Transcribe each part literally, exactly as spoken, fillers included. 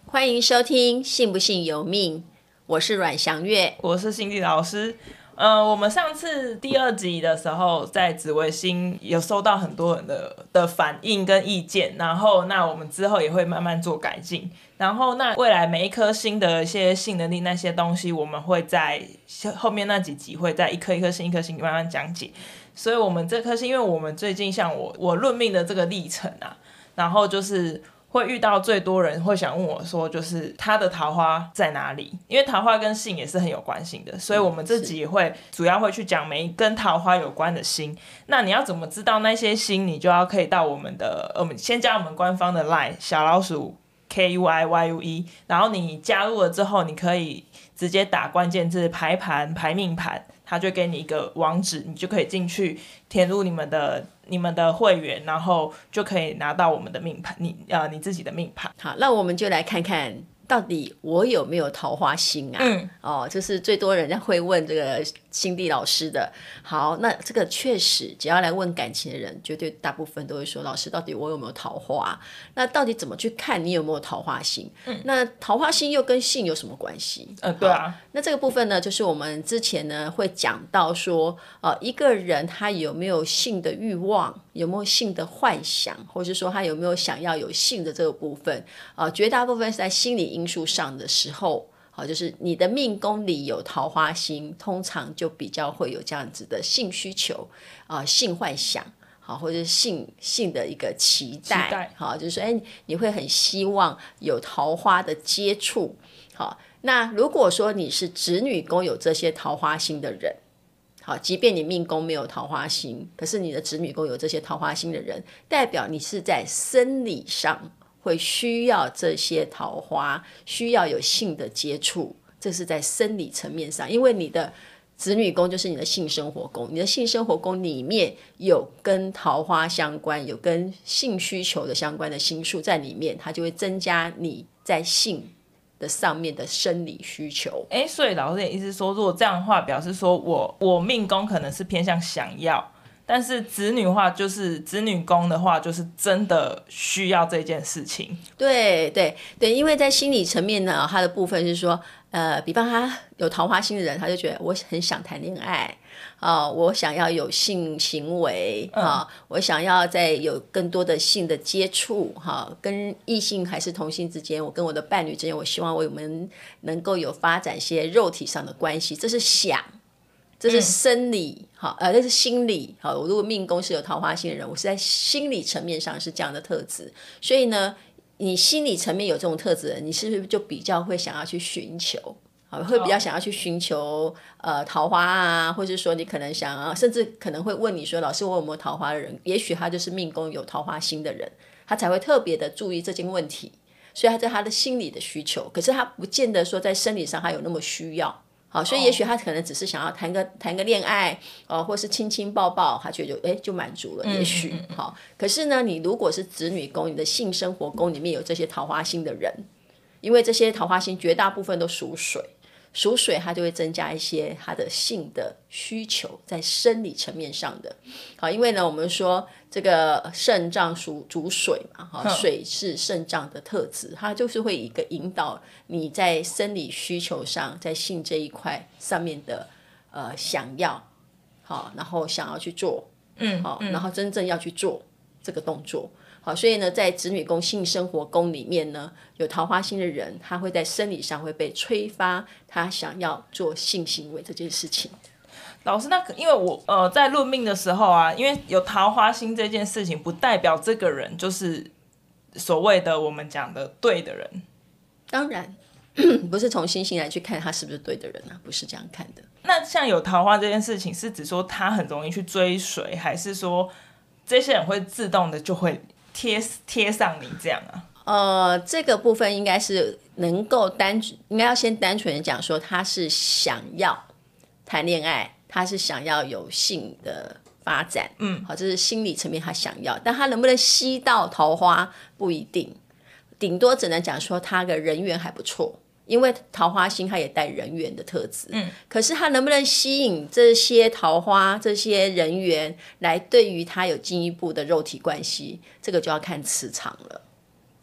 欢迎收听信不信由命，我是阮祥月， 我是心地老师。呃，我们上次第二集的时候，在紫微星有收到很多人的的反应跟意见，然后那我们之后也会慢慢做改进。然后那未来每一颗星的一些性能力那些东西，我们会在后面那几集会在一颗一颗星一颗星慢慢讲解。所以我们这颗星，因为我们最近像我我论命的这个历程啊，然后就是会遇到最多人会想问我说，就是他的桃花在哪里？因为桃花跟性也是很有关系的，所以我们这集也会主要会去讲每一跟桃花有关的星。那你要怎么知道那些星？你就要可以到我们的，我们先加我们官方的 LINE 小老鼠 K U I Y U E， 然后你加入了之后，你可以直接打关键字排盘排命盘，他就给你一个网址，你就可以进去填入你们的你们的会员，然后就可以拿到我们的命盘，你呃你自己的命盘。 好，那我们就来看看到底我有没有桃花星啊？嗯，哦，这是最多人家会问这个心地老师的。好，那这个确实，只要来问感情的人，绝对大部分都会说，老师到底我有没有桃花？那到底怎么去看你有没有桃花星？嗯，那桃花星又跟性有什么关系？ 呃，对啊。 那这个部分呢，就是我们之前呢会讲到说，呃，一个人他有没有性的欲望，有没有性的幻想，或是说他有没有想要有性的这个部分，呃，绝大部分是在心理因素上的时候，好，就是你的命宫里有桃花星，通常就比较会有这样子的性需求，啊、呃，性幻想。好，或者是性性的一个期待，好，就是说，哎，你会很希望有桃花的接触。好，那如果说你是子女宫有这些桃花星的人，好，即便你命宫没有桃花星，可是你的子女宫有这些桃花星的人，代表你是在生理上会需要这些桃花，需要有性的接触，这是在生理层面上，因为你的子女宫就是你的性生活宫，你的性生活宫里面有跟桃花相关、有跟性需求的相关的星数在里面，它就会增加你在性的上面的生理需求。 哎，所以老师的意思说，如果这样的话，表示说我我命宫可能是偏向想要，但是子女话就是子女宫的话，就是真的需要这件事情。 对对对，因为在心理层面呢，它的部分是说，呃，比方他有桃花星的人，他就觉得我很想谈恋爱啊、呃，我想要有性行为啊、嗯，我想要再有更多的性的接触哈、啊，跟异性还是同性之间，我跟我的伴侣之间，我希望我们能够有发展一些肉体上的关系，这是想。这是生理，好、嗯，呃，这是心理，好。我如果命宫是有桃花星的人，我是在心理层面上是这样的特质，所以呢，你心理层面有这种特质的人，你是不是就比较会想要去寻求，好，会比较想要去寻求呃桃花啊，或是说你可能想要，甚至可能会问你说，老师我有没有桃花的人？也许他就是命宫有桃花星的人，他才会特别的注意这件问题，所以他在他的心理的需求，可是他不见得说在生理上他有那么需要。好，所以也许他可能只是想要谈个谈个恋爱，哦，或是亲亲抱抱，他觉得哎就满足了，也许好。可是呢，你如果是子女宫，你的性生活宫里面有这些桃花星的人，因为这些桃花星绝大部分都属水，属水它就会增加一些他的性的需求，在生理层面上的。好，因为呢，我们说这个肾脏属主水嘛，哈，水是肾脏的特质，它就是会一个引导你在生理需求上，在性这一块上面的呃想要，好，然后想要去做，嗯，好，然后真正要去做这个动作。好，所以呢，在子女宫、性生活宫里面呢，有桃花星的人，他会在生理上会被催发，他想要做性行为这件事情。 老师，那因为我呃在论命的时候啊，因为有桃花星这件事情，不代表这个人就是所谓的我们讲的对的人。 当然，不是从星星来去看他是不是对的人啊，不是这样看的。 那像有桃花这件事情，是指说他很容易去追随，还是说这些人会自动的就会贴贴上你这样啊？ 呃，这个部分应该是能够单，应该要先单纯的讲说，他是想要谈恋爱，他是想要有性的发展，嗯，好，这是心理层面他想要，但他能不能吸到桃花不一定，顶多只能讲说他的人缘还不错。因为桃花星它也带人缘的特质，嗯，可是他能不能吸引这些桃花、这些人缘来对于他有进一步的肉体关系，这个就要看磁场了。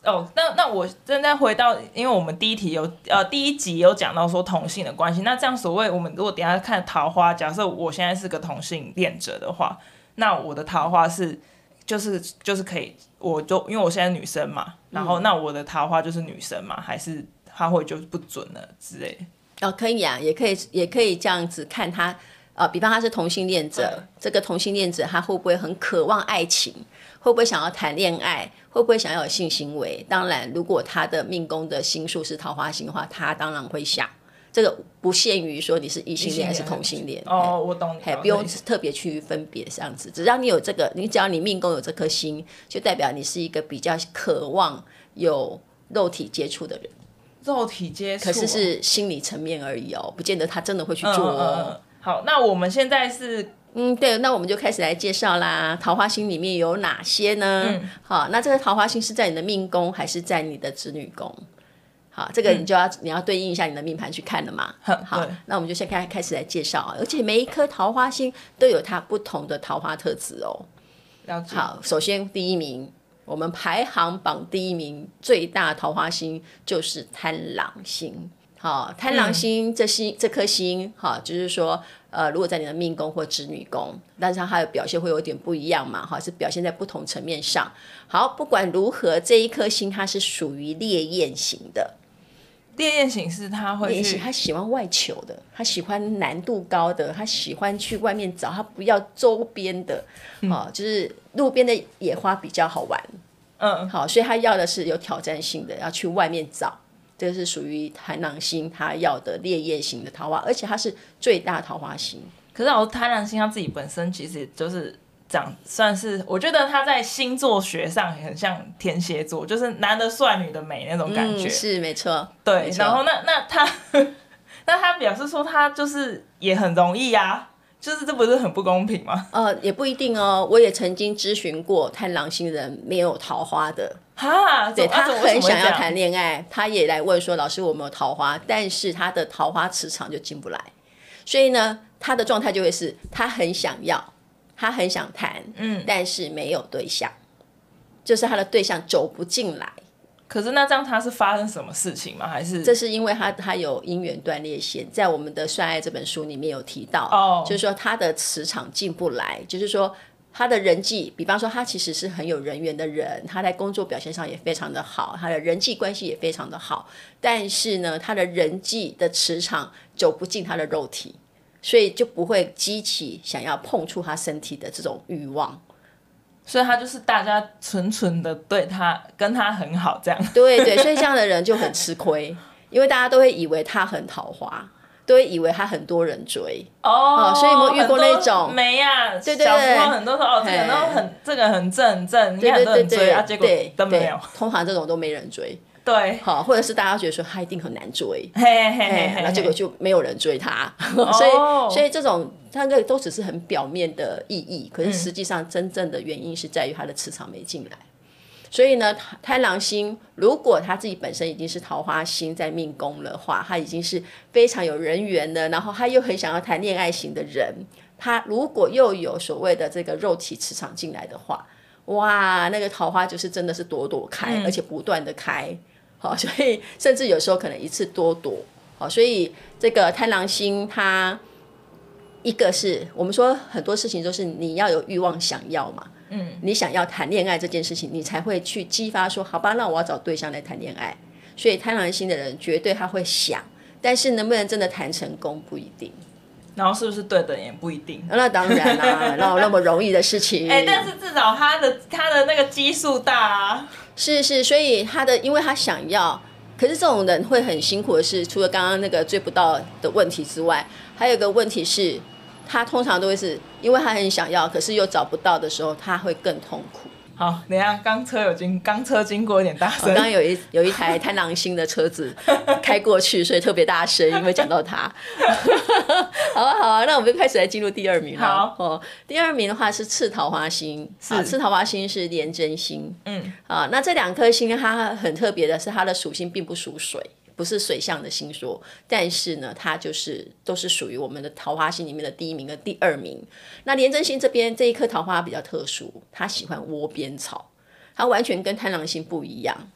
哦，那那我现在回到，因为我们第一题有呃第一集有讲到说同性的关系，那这样所谓我们如果等一下看桃花，假设我现在是个同性恋者的话，那我的桃花是就是就是可以，我就因为我现在女生嘛，然后那我的桃花就是女生嘛，还是他会就不准了之类的？ 哦，可以啊，也可以也可以这样子看他。呃，比方他是同性恋者，这个同性恋者他会不会很渴望爱情？会不会想要谈恋爱？会不会想要有性行为？当然，如果他的命宫的星数是桃花星的话，他当然会想。这个不限于说你是异性恋还是同性恋哦，我懂你， 还不用特别去分别这样子。只要你有这个，你只要你命宫有这颗星，就代表你是一个比较渴望有肉体接触的人。 肉体接触、哦， 可是是心理层面而已哦，不见得他真的会去做哦。 嗯嗯嗯好，那我们现在是嗯，对，那我们就开始来介绍啦。桃花星里面有哪些呢？ 嗯、 好，那这个桃花星是在你的命宫还是在你的子女宫？好，这个你就要、嗯、你要对应一下你的命盘去看了嘛。好，那我们就先开开始来介绍，而且每一颗桃花星都有它不同的桃花特质哦。 了解。 好，首先第一名，我们排行榜第一名最大桃花星就是贪狼星。好，贪狼星这星、嗯、这颗星，好，就是说，呃，如果在你的命宫或子女宫，但是它的表现会有点不一样嘛，哈，是表现在不同层面上。好，不管如何，这一颗星它是属于烈焰型的。 烈焰型是他会去， 他喜欢外求的，他喜欢难度高的，他喜欢去外面找，他不要周边的，嗯哦、就是路边的野花比较好玩。嗯，好，所以他要的是有挑战性的，要去外面找。这个是属于贪狼星他要的烈焰型的桃花，而且它是最大桃花星。 可是我贪狼星他自己本身其实就是长算是，我觉得他在星座学上很像天蝎座，就是男的帅女的美那种感觉。 嗯、是没错。 对， 没错然后那那他那他表示说他就是也很容易啊，就是这不是很不公平吗？ 呃，也不一定哦。我也曾经咨询过贪狼星人没有桃花的。 哈， 对，他很想要谈恋爱，他也来问说老师我没有桃花，但是他的桃花磁场就进不来，所以呢，他的状态就会是他很想要，他很想谈，嗯，但是没有对象，就是他的对象走不进来。 可是那这样他是发生什么事情吗？还是这是因为他他有姻缘断裂线，在我们的《算爱》这本书里面有提到， 哦， 就是说他的磁场进不来，就是说。他的人际，比方说他其实是很有人缘的人，他在工作表现上也非常的好，他的人际关系也非常的好，但是呢，他的人际的磁场走不进他的肉体，所以就不会激起想要碰触他身体的这种欲望。 所以他就是大家纯纯的对他跟他很好这样。 对对，所以这样的人就很吃亏，因为大家都会以为他很桃花。都会以为他很多人追 oh, 哦，所以有没有遇过那种没呀、啊？ 对对对， 小时候很多说哦，这个人都很这个很正很正，应该很多人追啊，结果都没有。 通常这种都没人追， 对， 好，或者是大家觉得说他一定很难追， 嘿嘿嘿嘿， 那结果就没有人追他，所以、oh. 所以这种那个都只是很表面的意义，可是实际上真正的原因是在于他的磁场没进来。所以呢，贪狼星如果他自己本身已经是桃花星在命宫的话，他已经是非常有人缘的，然后他又很想要谈恋爱型的人，他如果又有所谓的这个肉体磁场进来的话，哇，那个桃花就是真的是朵朵开，嗯、而且不断的开，好，所以甚至有时候可能一次多朵，好，所以这个贪狼星它一个是我们说很多事情都是你要有欲望想要嘛。嗯，你想要谈恋爱这件事情，你才会去激发说，好吧，那我要找对象来谈恋爱。所以贪狼星的人绝对他会想，但是能不能真的谈成功不一定。 然后是不是对的也不一定。 那当然啦、啊，哪有那么容易的事情？ 哎、欸，但是至少他的他的那个基数大啊。 是是，所以他的，因为他想要，可是这种人会很辛苦的是，除了刚刚那个追不到的问题之外，还有一个问题是。他通常都会是因为他很想要，可是又找不到的时候，他会更痛苦。 好，等一下，刚车有经，刚车经过有点大声。 刚刚有一有一台贪狼星的车子开过去，所以特别大声，因为讲到他。好啊，好啊，那我们就开始来进入第二名了。 好， 哦，第二名的话是次桃花星，啊，次桃花星是廉贞星。嗯，啊，那这两颗星它很特别的是，它的属性并不属水。不是水象的星座，但是呢，它就是都是属于我们的桃花星里面的第一名跟第二名。那廉贞星这边这一颗桃花比较特殊，它喜欢窝边草，它完全跟贪狼星不一样。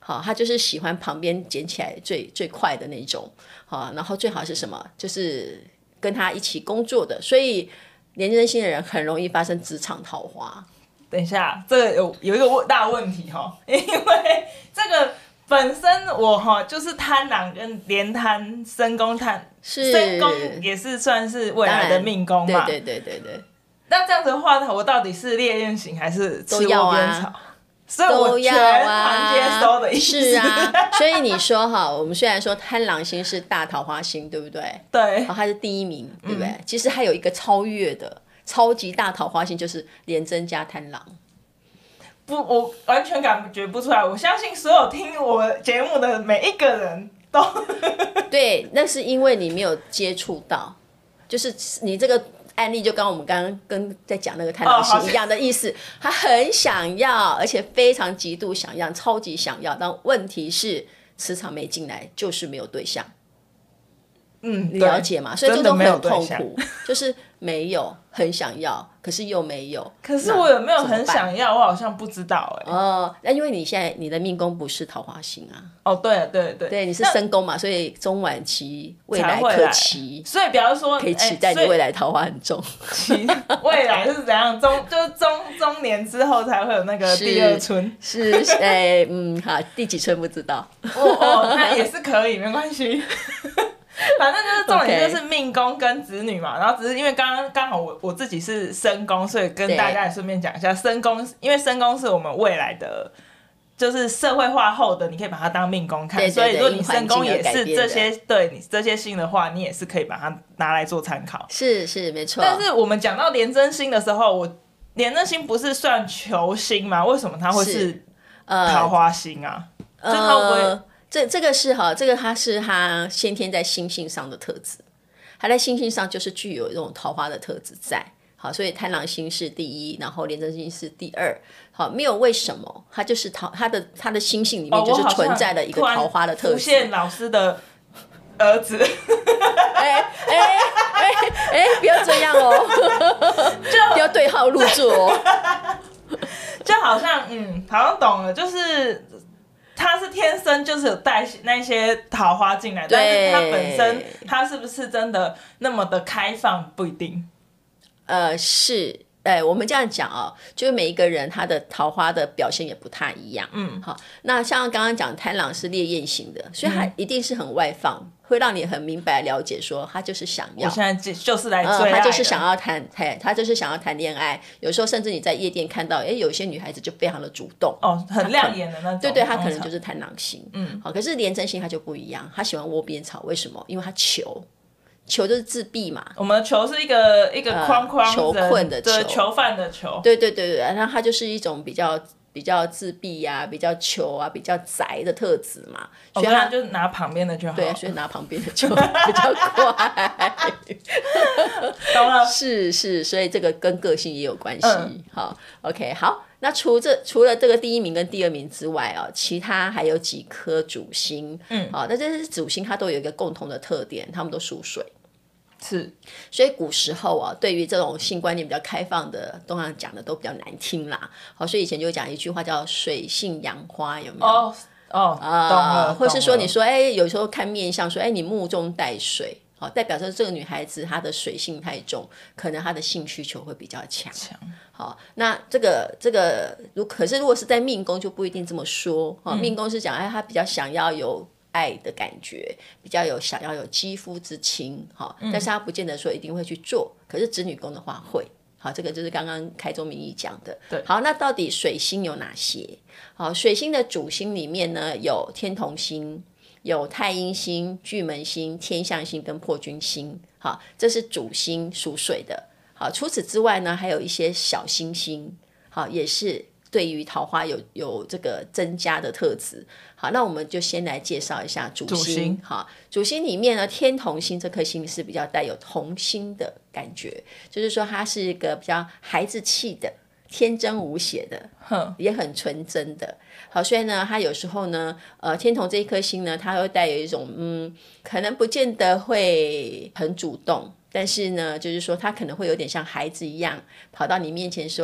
好，他就是喜欢旁边捡起来最最快的那种，好，然后最好是什么，就是跟他一起工作的，所以廉贞星的人很容易发生职场桃花。 等一下，这个有有一个大问题哈，因为这个本身我哈就是贪狼跟廉贪申宫贪，申宫也是算是未来的命宫嘛， 对对对对对。 那这样子的话，我到底是烈焰型还是吃窝边草？所以我全盘接收的意思。 是啊，所以你说哈，我们虽然说贪狼星是大桃花星，对不对？ 对。 然后它是第一名，对不对？嗯、其实还有一个超越的超级大桃花星，就是廉贞加贪狼。 不，我完全感觉不出来。我相信所有听我节目的每一个人都对，那是因为你没有接触到，就是你这个。案例就跟我们刚刚跟在讲那个贪狼星一样的意思，他很想要，而且非常极度想要，超级想要，但问题是磁场没进来，就是没有对象。 嗯， 你了解吗？所以这都很痛苦，就是没有很想要，可是又没有。 可是我有没有很想要？我好像不知道哎、 欸。哦，那因为你现在你的命宫不是桃花星啊。 哦，对对对， 对，你是申宫嘛，所以中晚期未来可期。 所以比方说， 可以期待你未来桃花很重。 未来是怎样？中就是中中年之后才会有那个第二春。 是，哎、欸，嗯，好，第几春不知道。 哦哦，那也是可以，没关系。反正就是重点就是命宫跟子女嘛， okay. 然后只是因为刚刚刚好我我自己是申宫，所以跟大家也顺便讲一下申宫，因为申宫是我们未来的，就是社会化后的，你可以把它当命宫看， 对对对， 所以如果你申宫也是这些，对你这些星的话，你也是可以把它拿来做参考。 是是没错。 但是我们讲到廉贞星的时候，我廉贞星不是算囚星吗？为什么它会是桃花星啊？呃、就它会不会？呃这这个是哈，这个它是他先天在星性上的特质，他在星性上就是具有这种桃花的特质在，好，所以贪狼星是第一，然后廉贞星是第二，好，没有为什么，它就是桃，它的它的星性里面就是存在了一个桃花的特质。 浮现老师的儿子， 哎哎哎哎，不要这样哦，就不要对号入座哦， 就好像嗯，好像懂了，就是。他是天生就是有带那些桃花进来，但是他本身他是不是真的那么的开放不一定。 呃，是，哎，我们这样讲哦，就是每一个人他的桃花的表现也不太一样。嗯，好，那像刚刚讲贪狼是烈焰型的，所以他一定是很外放。嗯，会让你很明白了解说他就是想要， 我现在就是来追爱的、嗯、 他就是想要谈，他就是想要谈恋爱。有时候甚至你在夜店看到，哎，有些女孩子就非常的主动， 哦，很亮眼的那种。 对对，他可能就是贪狼星。嗯，好，可是廉贞星他就不一样，他喜欢窝边草，为什么？因为他求，求就是自闭嘛。 我们的求是一个一个框框、呃、 囚困的囚， 对，囚犯的囚。 对对对对，然后他就是一种比较。比较自闭啊，比较囚啊，比较宅的特质嘛， 所以他就拿旁边的就好。 对，所以拿旁边的就比较快。 懂了。 是是，所以这个跟个性也有关系。嗯、好 ，OK， 好。那除这除了这个第一名跟第二名之外哦，其他还有几颗主星。嗯，好，那这些主星它都有一个共同的特点，它们都属水。 是， 所以古时候啊，对于这种性观念比较开放的，通常讲的都比较难听啦。好，所以以前就讲一句话叫"水性杨花"，有没有？ 哦哦，啊、懂了。 或是说你说，哎，有时候看面相说，哎，你目中带水，好，代表说这个女孩子她的水性太重，可能她的性需求会比较强。强。好，那这个这个，如可是如果是在命宫就不一定这么说。好，命宫是讲，哎，她比较想要有爱的感觉，比较有想要有肌肤之亲，嗯、但是他不见得说一定会去做，可是子女宫的话会。好，这个就是刚刚开宗明义讲的。 对， 好，那到底水星有哪些？好，水星的主星里面呢，有天同星、有太阴星、巨门星、天象星跟破军星。好，这是主星属水的。好，除此之外呢，还有一些小星星，好，也是对于桃花有有这个增加的特质。好，那我们就先来介绍一下主星。主星，好，主星里面呢，天同星这颗星是比较带有童心的感觉，就是说它是一个比较孩子气的、天真无邪的，也很纯真的。好，所以呢，它有时候呢，呃，天同这一颗星呢，它会带有一种嗯，可能不见得会很主动，但是呢，就是说他可能会有点像孩子一样，跑到你面前说。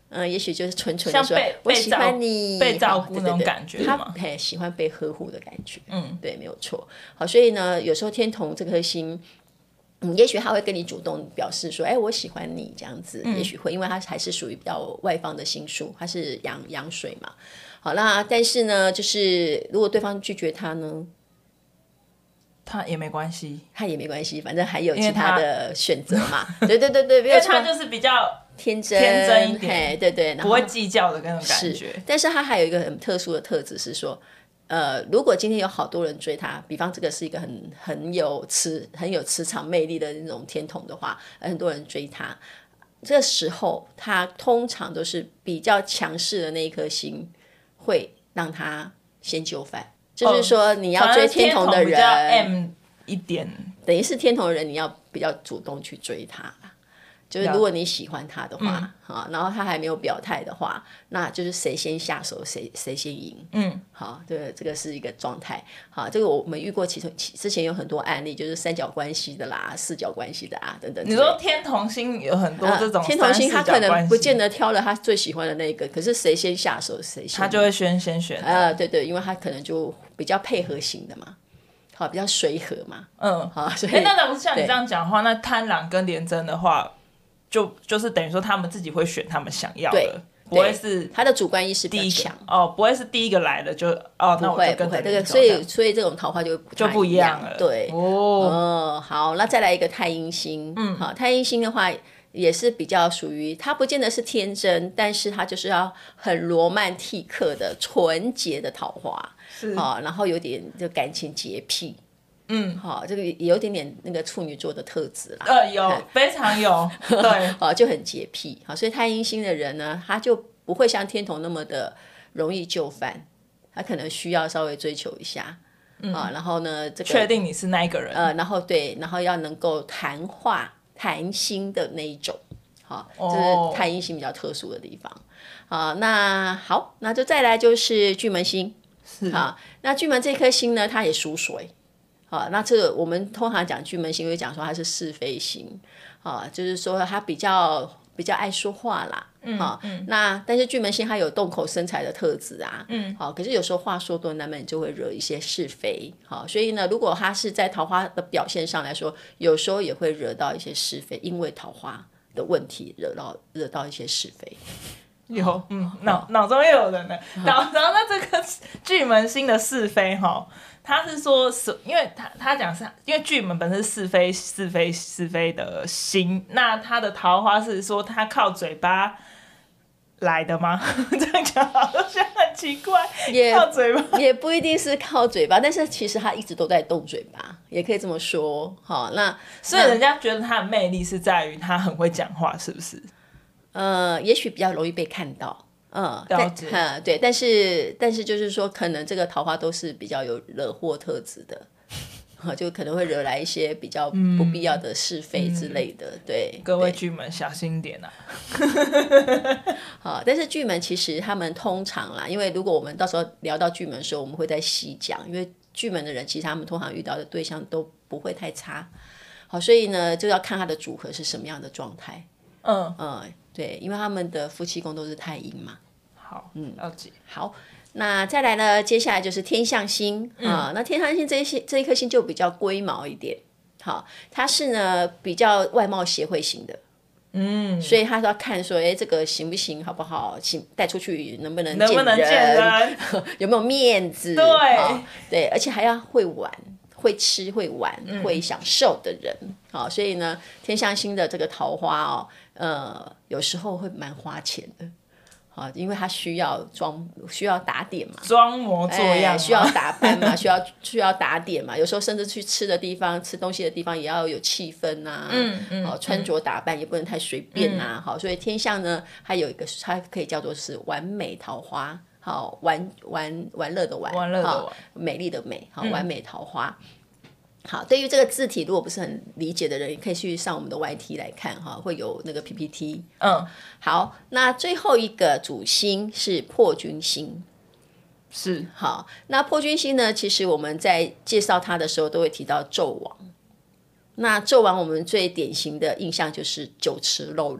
嗯，也许就是纯纯的说被我喜欢你， 被照顾那种感觉他吗？ 嘿喜欢被呵护的感觉， 嗯， 对，没有错。好，所以呢，有时候天同这颗星。嗯，也许他会跟你主动表示说，哎，我喜欢你这样子，嗯、也许会，因为他还是属于比较外放的星数，他是阳阳水嘛。好，那但是呢，就是如果对方拒绝他呢， 他也没关系， 他也没关系，反正还有其他的选择嘛。对对对对，因为他就是比较天真天真一点， 对对， 不会计较的那种感觉。 但是他还有一个很特殊的特质是说。呃，如果今天有好多人追他，比方这个是一个很很有磁很有磁场魅力的那种天同的话，很多人追他，这时候他通常都是比较强势的那一颗星，会让他先就范。就是说，你要追天同的人， 比较 M 一点， 等于是天同的人，你要比较主动去追他。就是如果你喜欢他的话，嗯、然后他还没有表态的话，那就是谁先下手谁谁先赢。 嗯， 好，对，这个是一个状态。好，这个我们遇过其中之前有很多案例，就是三角关系的啦、四角关系的啊等等。 你说天同星有很多这种、呃、 天同星，他可能不见得挑了他最喜欢的那个，可是谁先下手谁先， 他就会先先选。 呃，对对，因为他可能就比较配合型的嘛。好，比较随和嘛。 嗯， 好，所以哎，那如果像你这样讲的话，那贪狼跟廉贞的话。就就是等于说，他们自己会选他们想要的，不会是他的主观意识比较强哦，不会是第一个来的就哦，那我就跟着这个，所以所以这种桃花就不就不一样了， 对哦、呃，好，那再来一个太阴星，嗯，好，太阴星的话也是比较属于，他不见得是天真，但是他就是要很罗曼蒂克的纯洁的桃花， 是好，然后有点就感情洁癖。 嗯， 好，这个也有点点那个处女座的特质啦。 呃，有，非常有，对， 哦，就很洁癖。好，所以太阴星的人呢，他就不会像天同那么的容易就范，他可能需要稍微追求一下。嗯、啊，然后呢，这个确定你是那一个人， 呃，然后对，然后要能够谈话谈心的那一种。好，这是太阴星比较特殊的地方。啊，那好，那就再来就是巨门星。 是好，那巨门这颗星呢，它也属水。好，那这个我们通常讲巨门星，会讲说它是是非星，啊，就是说它比较比较爱说话啦，嗯，好，嗯，那但是巨门星它有动口生财的特质啊，嗯，好，可是有时候话说多，难免就会惹一些是非，好，所以呢，如果它是在桃花的表现上来说，有时候也会惹到一些是非，因为桃花的问题惹到惹到一些是非。 有，嗯，脑脑中又有人了，然后然后那这个巨门星的是非哈。他是说，是因为他他讲是，因为巨门本身是是非是非是非的心，那他的桃花是说他靠嘴巴来的吗？这样讲好像很奇怪， 也靠嘴巴也不一定是靠嘴巴，但是其实他一直都在动嘴巴，也可以这么说。好，那所以人家觉得他的魅力是在于他很会讲话，是不是？ 呃，也许比较容易被看到。嗯， 了解， 嗯，对，但是但是就是说，可能这个桃花都是比较有惹祸特质的，就可能会惹来一些比较不必要的是非之类的。嗯、对， 各位巨门小心点啊！ 好，但是巨门其实他们通常啦，因为如果我们到时候聊到巨门的时候，我们会再细讲，因为巨门的人其实他们通常遇到的对象都不会太差。好，所以呢，就要看他的组合是什么样的状态。 嗯嗯。对，因为他们的夫妻宫都是太阴嘛。 好，嗯，了解。 好，那再来呢？接下来就是天象星、嗯、啊。那天象星这一些这一颗星就比较龟毛一点。好，它是呢比较外貌协会型的。嗯，所以他要看说，哎，这个行不行，好不好？行，带出去能不能见人？ 能不能见人？ 有没有面子？ 对， 对，而且还要会玩。会吃会玩、嗯、会享受的人，好，所以呢，天象星的这个桃花哦，呃，有时候会蛮花钱的，好，因为他需要装，需要打点嘛， 装模作样、 哎，需要打扮嘛，需要需要打点嘛，有时候甚至去吃的地方、吃东西的地方也要有气氛啊，嗯嗯，好，穿着打扮也不能太随便啊，嗯、好，所以天象呢，它有一个，它可以叫做是完美桃花。好，玩玩玩乐的玩， 玩乐的玩， 美丽的美，好，完美桃花。嗯、好，对于这个字体，如果不是很理解的人，也可以去上我们的 Y T 来看哈，会有那个 P P T。嗯，好，那最后一个主星是破军星。 是， 好，那破军星呢，其实我们在介绍它的时候都会提到纣王。那纣王我们最典型的印象就是酒池肉林。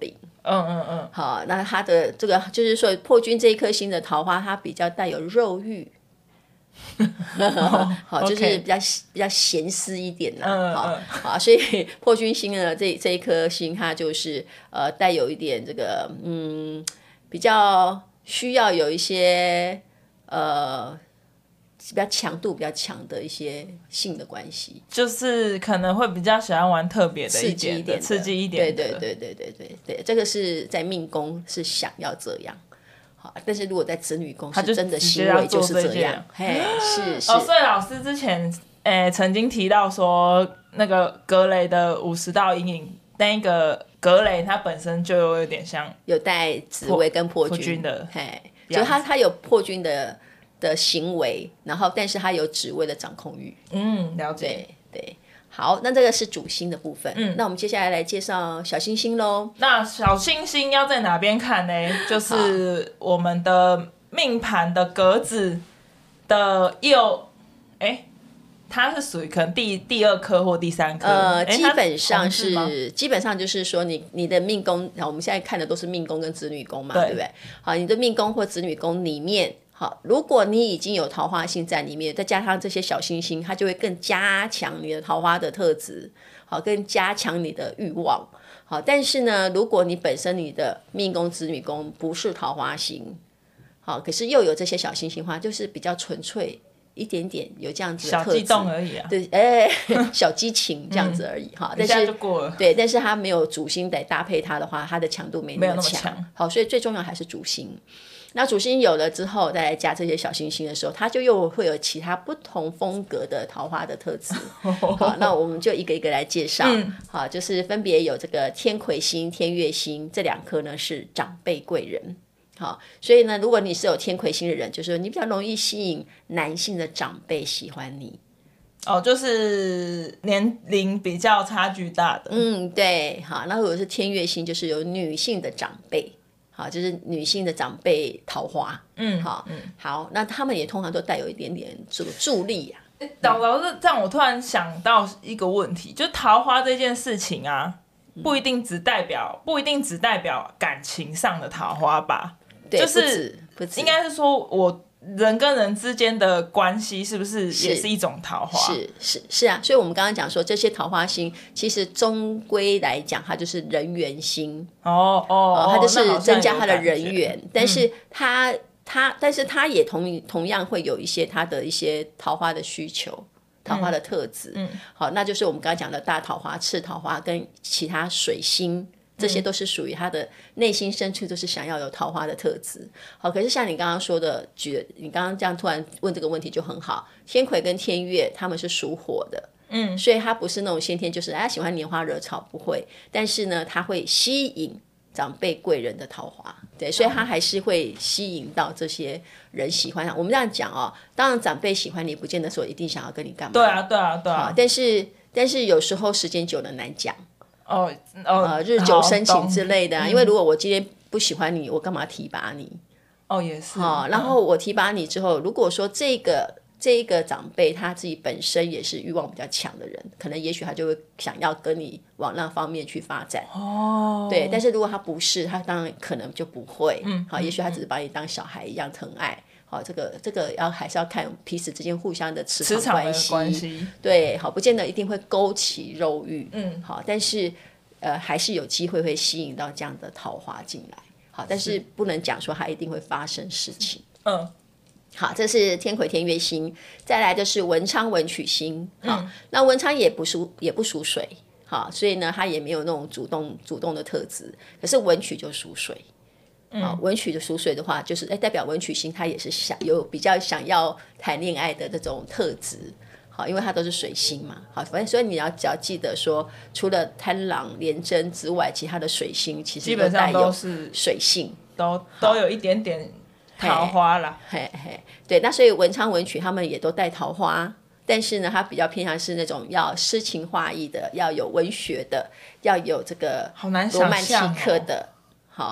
嗯嗯嗯， 好，那它的这个就是说破军这一颗星的桃花，它比较带有肉欲。好，就是比较比较咸湿一点啦， 嗯好、 嗯好，所以破军星呢，这这一颗星，它就是呃带有一点这个嗯比较需要有一些呃比较强度比较强的一些性的关系， 就是可能会比较喜欢玩特别的刺一点的， 激一点的， 刺激一点的， 对对对对对对对，这个是在命宫是想要这样。好，但是如果在子女宫， 他就真的直接要行为就是做这件这样，嘿，是是。 哦，所以老师之前诶、曾经提到说，那个格雷的五十道阴影，那个格雷它本身就有点像有带紫微跟破军破军的嘿，就他他有破军的的行为，然后但是他有紫微的掌控欲， 嗯，了解。 对对。好，那这个是主星的部分。 嗯， 那我们接下来来介绍小星星喽。 那小星星要在哪边看呢？就是我们的命盘的格子的右，哎，它是属于可能第第二颗或第三颗。 呃， 诶基本上它同吗是基本上就是说你你的命宫，我们现在看的都是命宫跟子女宫嘛， 对对不对？好，你的命宫或子女宫里面。好，如果你已经有桃花星在里面，再加上这些小星星，它就会更加强你的桃花的特质，好，更加强你的欲望。好，但是呢，如果你本身你的命宫、子女宫不是桃花星，好，可是又有这些小星星的话，就是比较纯粹一点点，有这样子的特质， 小激动而已啊， 对，哎、小激情这样子而已哈、但一下是就过了。 对，但是它没有主星得搭配它的话，它的强度没没有那么那么强。 强好，所以最重要还是主星。那主星有了之后，再来加这些小星星的时候，它就又会有其他不同风格的桃花的特质。好，那我们就一个一个来介绍。 嗯好，就是分别有这个天魁星、天月星这两颗呢是长辈贵人。好，所以呢，如果你是有天魁星的人，就是你比较容易吸引男性的长辈喜欢你。 哦，就是年龄比较差距大的。 嗯，对，好，那如果是天月星，就是有女性的长辈。好，就是女性的长辈桃花， 嗯， 好，嗯，好，那他们也通常都带有一点点这个助力啊。 老老师，这样我突然想到一个问题，就桃花这件事情啊，不一定只代表不一定只代表感情上的桃花吧？ 对， 就是不止， 应该是说我人跟人之间的关系是不是也是一种桃花？ 是是是啊，所以我们刚刚讲说这些桃花星，其实终归来讲，它就是人缘星。 哦哦， 它就是增加他的人人缘，但是他他，但是他也同同样会有一些他的一些桃花的需求，桃花的特质。嗯，好，那就是我们刚刚讲的大桃花、次桃花跟其他水星。这些都是属于他的内心深处，都是想要有桃花的特质。好，可是像你刚刚说的，举你刚刚这样突然问这个问题就很好。天魁跟天月他们是属火的，嗯，所以他不是那种先天就是哎喜欢拈花惹草，不会。但是呢，他会吸引长辈贵人的桃花，对，所以他还是会吸引到这些人喜欢他。我们这样讲哦，当然长辈喜欢你，不见得说一定想要跟你干嘛。 对啊，对啊，对啊。 但是但是有时候时间久了难讲。 哦哦， 呃，日久生情之类的、啊嗯、 因为如果我今天不喜欢你，我干嘛提拔你？ 哦，也是。 哦，然后我提拔你之后，如果说这个这一个长辈他自己本身也是欲望比较强的人，可能也许他就会想要跟你往那方面去发展。 哦， 对，但是如果他不是，他当然可能就不会。嗯，好，也许他只是把你当小孩一样疼爱。好，这个这个要还是要看彼此之间互相的磁场关系， 关系对，好，不见得一定会勾起肉欲，嗯，好，但是呃还是有机会会吸引到这样的桃花进来，好，但是不能讲说它一定会发生事情， 嗯， 好，这是天魁天月星，再来就是文昌文曲星，好，嗯、那文昌也不属也不属水，好，所以呢它也没有那种主动主动的特质，可是文曲就属水。嗯、文曲的属水的话，就是哎，代表文曲星他也是想有比较想要谈恋爱的这种特质，好，因为它都是水星嘛，好，反正所以你要只要记得说，除了贪狼、廉贞之外，其他的水星其实基本上都是水性， 都都有一点点桃花啦， 嘿嘿，对，那所以文昌文曲他们也都带桃花。但是呢，它比较偏向是那种要诗情画意的，要有文学的，要有这个好难罗曼契想象克的，好。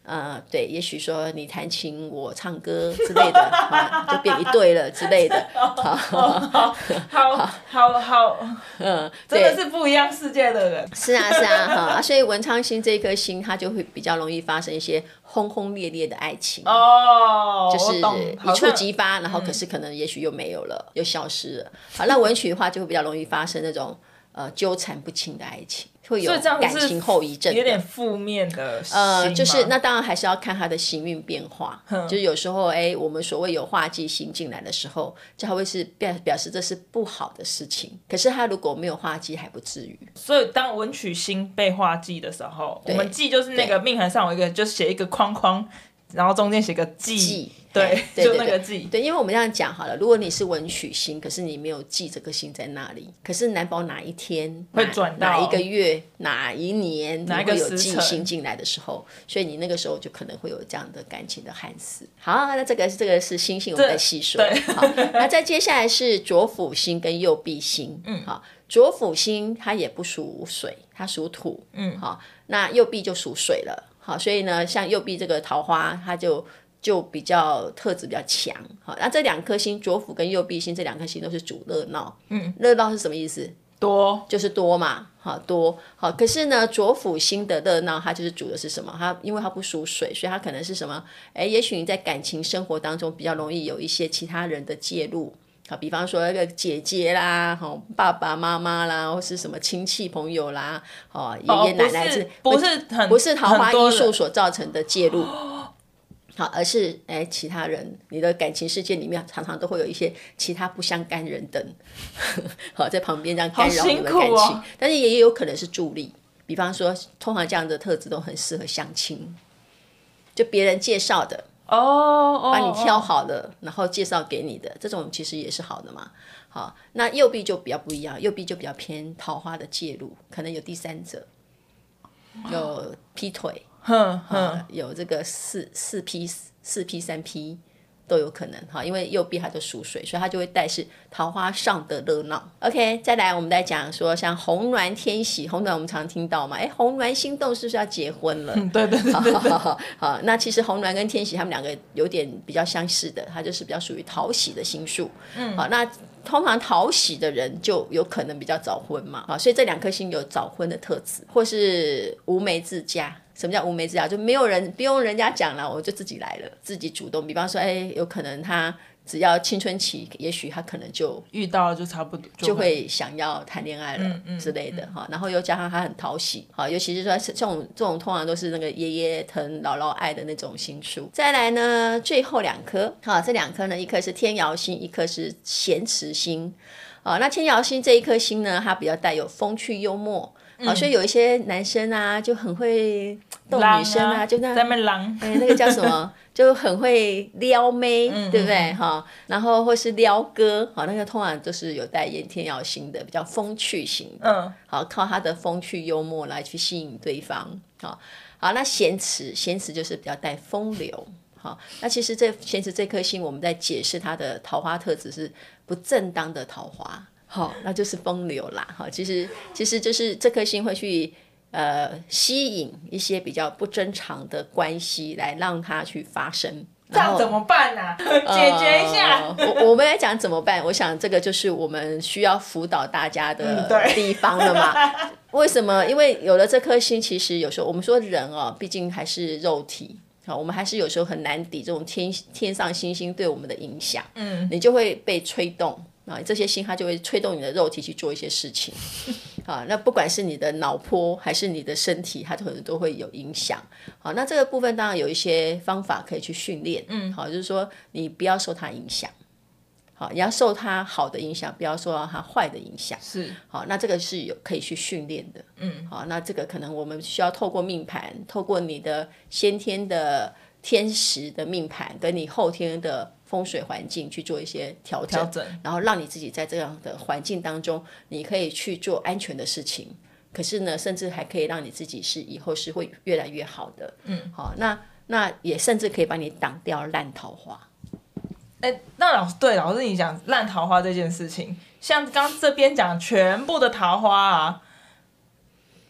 呃，对，也许说你弹琴我唱歌之类的，啊、就变一对了之类的。好， 好好好好好， 嗯， 真的是不一样世界的人。 是啊是啊，哈，所以文昌星这一颗星，它就会比较容易发生一些轰轰烈烈的爱情。 哦， 就是一一触即发，然后可是可能也许又没有了，又消失了。好，那文曲的话就会比较容易发生那种呃纠缠不清的爱情，会有感情后遗症， 有点负面的心呃，就是那当然还是要看他的行运变化，就是有时候哎，我们所谓有化忌星进来的时候，就还会是表表示这是不好的事情。可是他如果没有化忌，还不至于。 所以当文曲星被化忌的时候，我们忌就是那个命盘上有一个，就写一个框框。然后中间写个忌，对， 对， 就那个忌。 对，因为我们这样讲好了，如果你是文曲星，可是你没有忌这个星在那里，可是难保哪一天会转到哪一个月、哪一年， 哪一个会有忌星进来的时候，所以你那个时候就可能会有这样的感情的憾事。好，那这个这个是星星，我们再细说。好，那再接下来是左辅星跟右弼星。嗯，好，左辅星它也不属水，它属土。嗯，好，那右弼就属水了。好，所以呢，像右弼这个桃花，它就就比较特质比较强。好，那这两颗星，左辅跟右弼星这两颗星都是主热闹。嗯，热闹是什么意思？ 多， 就是多嘛。好，多。好，可是呢，左辅星的热闹，它就是主的是什么？它因为它不属水，所以它可能是什么？哎，也许你在感情生活当中比较容易有一些其他人的介入。好，比方说那个姐姐啦，好爸爸妈妈啦，或是什么亲戚朋友啦，哦爷爷奶奶是不是很不是桃花因素所造成的介入，好，而是哎其他人，你的感情世界里面常常都会有一些其他不相干人等，好在旁边这样干扰你们感情， 哦、 但是也有可能是助力，比方说通常这样的特质都很适合相亲，就别人介绍的。 哦哦， 把你挑好了，然后介绍给你的，这种其实也是好的嘛。好，那右弼就比较不一样，右弼就比较偏桃花的介入，可能有第三者，有劈腿， 哼哼， 有这个四四批四批三批。都有可能哈，因为右弼它就属水，所以它就会带是桃花上的热闹。OK， 再来我们再讲说像红鸾天喜，红鸾我们常听到嘛，哎，红鸾心动是不是要结婚了？ 嗯，对对对对对。 好, 好, 好, 好，那其实红鸾跟天喜他们两个有点比较相似的，它就是比较属于讨喜的星数。嗯，好，那通常讨喜的人就有可能比较早婚嘛，好，所以这两颗星有早婚的特质，或是无媒自嫁。什么叫无媒自嫁？就没有人不用人家讲了，我就自己来了，自己主动。比方说，哎，有可能他只要青春期，也许他可能就遇到了就差不多就会想要谈恋爱了、嗯嗯、之类的哈、嗯。然后又加上他很讨喜，好，尤其是说这种这种通常都是那个爷爷疼姥姥爱的那种星数。再来呢，最后两颗，好，这两颗呢，一颗是天姚星，一颗是咸池星。好，那天姚星这一颗星呢，它比较带有风趣幽默。好，所以有一些男生啊，就很会逗女生啊， 啊就那在那边狼， 哎，那个叫什么，就很会撩妹，嗯、对不对？哈，然后或是撩哥，好，那个通常都是有带演天姚星的，比较风趣型的，嗯，好，靠他的风趣幽默来去吸引对方，好，好，那咸池，咸池就是比较带风流。好，那其实这咸池这颗星，我们在解释它的桃花特质是不正当的桃花。好，那就是风流啦。好，其实其实就是这颗星会去呃吸引一些比较不正常的关系，来让它去发生。 这样怎么办呢、啊？解决一下。 呃、我我们来讲怎么办？我想这个就是我们需要辅导大家的地方了嘛。嗯、为什么？因为有了这颗星，其实有时候我们说人哦，毕竟还是肉体。好，我们还是有时候很难抵这种天天上星星对我们的影响。嗯，你就会被吹动。啊，这些星它就会吹动你的肉体去做一些事情，啊，那不管是你的脑波还是你的身体，它可能都会有影响。好，那这个部分当然有一些方法可以去训练，嗯，好，就是说你不要受它影响，好，你要受它好的影响，不要受到它坏的影响。 是， 好，那这个是有可以去训练的，嗯，好，那这个可能我们需要透过命盘，透过你的先天的天时的命盘，跟你后天的风水环境去做一些调整， 调整然后让你自己在这样的环境当中，你可以去做安全的事情。可是呢，甚至还可以让你自己是以后是会越来越好的。嗯，好，那那也甚至可以帮你挡掉烂桃花。 哎，那老师对老师你讲烂桃花这件事情，像刚这边讲全部的桃花啊，不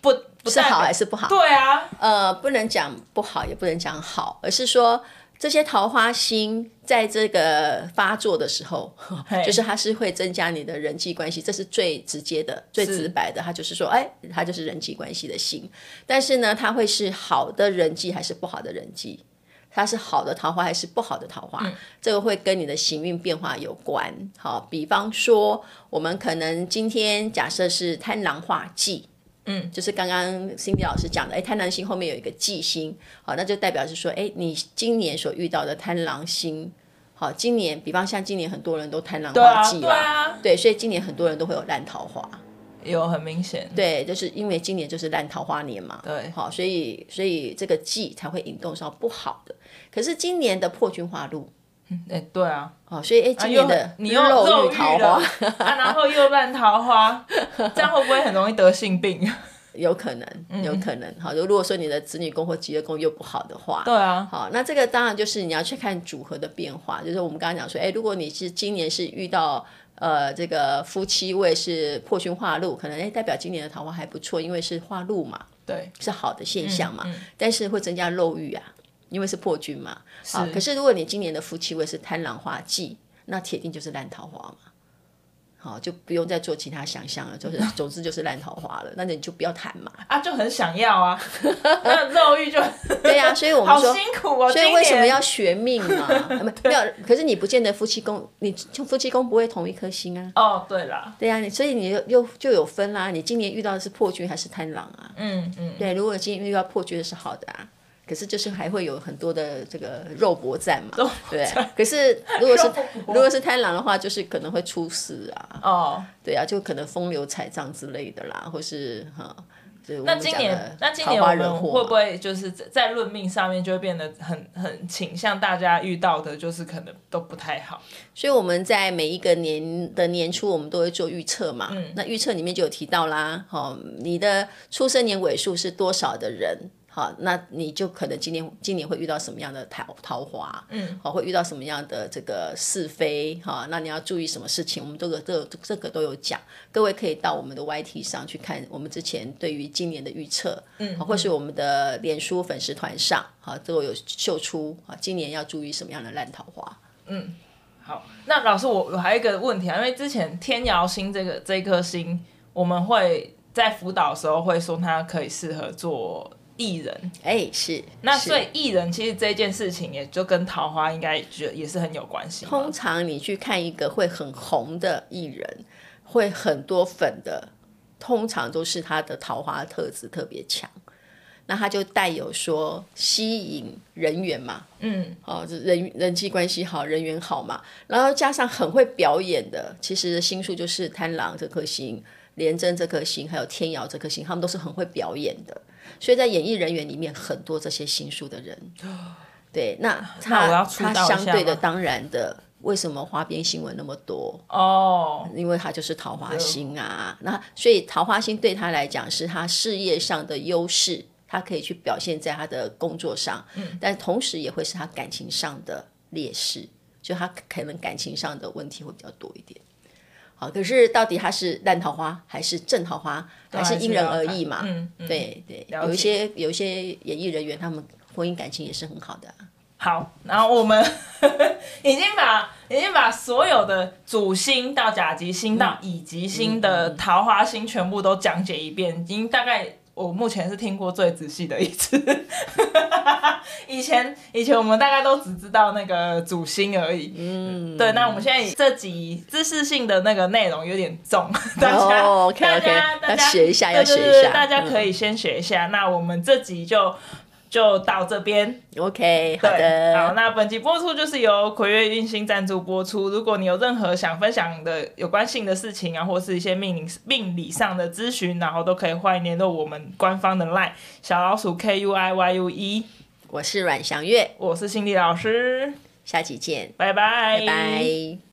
是好还是不好？ 对啊， 呃，不能讲不好，也不能讲好，而是说这些桃花星在这个发作的时候，就是它是会增加你的人际关系，这是最直接的、最直白的。它就是说，哎，它就是人际关系的星。但是呢，它会是好的人际还是不好的人际？它是好的桃花还是不好的桃花？嗯、这个会跟你的行运变化有关。好，比方说，我们可能今天假设是贪狼化忌。嗯，就是刚刚 Cindy 老师讲的，哎，贪狼星后面有一个忌星，好，那就代表是说，哎，你今年所遇到的贪狼星，好，今年，比方像今年很多人都贪狼化忌啦，对啊， 对，所以今年很多人都会有烂桃花， 有很明显， 对，就是因为今年就是烂桃花年嘛， 对， 好，所以所以这个忌才会引动上不好的，可是今年的破军化禄。 哎、欸，对啊， 哦，所以哎，今年的你又肉欲桃花， 啊，然后又烂桃花，这样会不会很容易得性病？ 有可能，有可能。好，如果说你的子女宫或吉业宫又不好的话， 对啊， 好，那这个当然就是你要去看组合的变化。就是我们刚刚讲说，哎，如果你是今年是遇到呃这个夫妻位是破军化禄，可能哎代表今年的桃花还不错，因为是化禄嘛， 对， 是好的现象嘛。 嗯嗯、 但是会增加漏欲啊。因为是破军嘛，好，可是如果你今年的夫妻位是贪狼化忌，那铁定就是烂桃花嘛，好，就不用再做其他想象了，就是总之就是烂桃花了，那你就不要谈嘛。 啊，就很想要啊，那肉欲就对啊，所以我们说好辛苦哦， 所以为什么要学命嘛？没有，可是你不见得夫妻宫，你夫妻宫不会同一颗星啊。 哦，对啦， 对啊，你所以你又就有分啦，你今年遇到的是破军还是贪狼啊？ 嗯嗯， 对，如果今年遇到破军是好的啊。可是就是还会有很多的这个肉搏战嘛，对。可是如果是如果是贪狼的话，就是可能会出事啊，哦，对啊，就可能风流彩账之类的啦，或是哈。 那今年那今年我们会不会就是在论命上面就会变得很很倾向大家遇到的就是可能都不太好？ 所以我们在每一个年的年初，我们都会做预测嘛。嗯、那预测里面就有提到啦，哦，你的出生年尾数是多少的人？好，那你就可能今年今年会遇到什么样的桃桃花，嗯，好，会遇到什么样的这个是非，哈，那你要注意什么事情？我们这个这个这个都有讲，各位可以到我们的 Y T 上去看我们之前对于今年的预测，嗯，或是我们的脸书粉丝团上，好，都有秀出啊，今年要注意什么样的烂桃花， 嗯，好，那老师我我还有一个问题啊，因为之前天姚星这个这颗星，我们会在辅导的时候会说它可以适合做艺人， 哎，是， 那所以艺人其实这件事情也就跟桃花应该觉得也是很有关系。 通常你去看一个会很红的艺人，会很多粉的，通常都是他的桃花特质特别强，那他就带有说吸引人缘嘛，嗯，哦，人人际关系好，人缘好嘛，然后加上很会表演的，其实星数就是贪狼这颗星、廉贞这颗星，还有天姚这颗星，他们都是很会表演的。所以在演艺人员里面，很多这些星数的人，对，那他那他相对的当然的，为什么花边新闻那么多？ 哦， 因为他就是桃花星啊。那所以桃花星对他来讲是他事业上的优势，他可以去表现在他的工作上，嗯、但同时也会是他感情上的劣势，就他可能感情上的问题会比较多一点。好，可是到底它是烂桃花还是正桃花，还是因人而异嘛？嗯嗯、对对，有一些有一些演艺人员，他们婚姻感情也是很好的、啊。 好，然后我们已经把已经把所有的主星到甲级星到乙级星的桃花星全部都讲解一遍，已经大概我目前是听过最仔细的一次。以前以前我们大概都只知道那个主星而已，嗯，对。那我们现在这集知识性的那个内容有点重，大家、 哦、okay, okay, 大家大家要学一下，要学一下， 对对对，大家可以先学一下。嗯、那我们这集就就到这边 ，OK， 好的。 好，那本集播出就是由葵月运星赞助播出。如果你有任何想分享的有关性的事情啊，或是一些命理命理上的咨询，然后都可以欢迎联络我们官方的 LINE 小老鼠 K U I Y U E。 我是阮祥月， 我是心理老师， 下期见， 拜拜， 拜拜。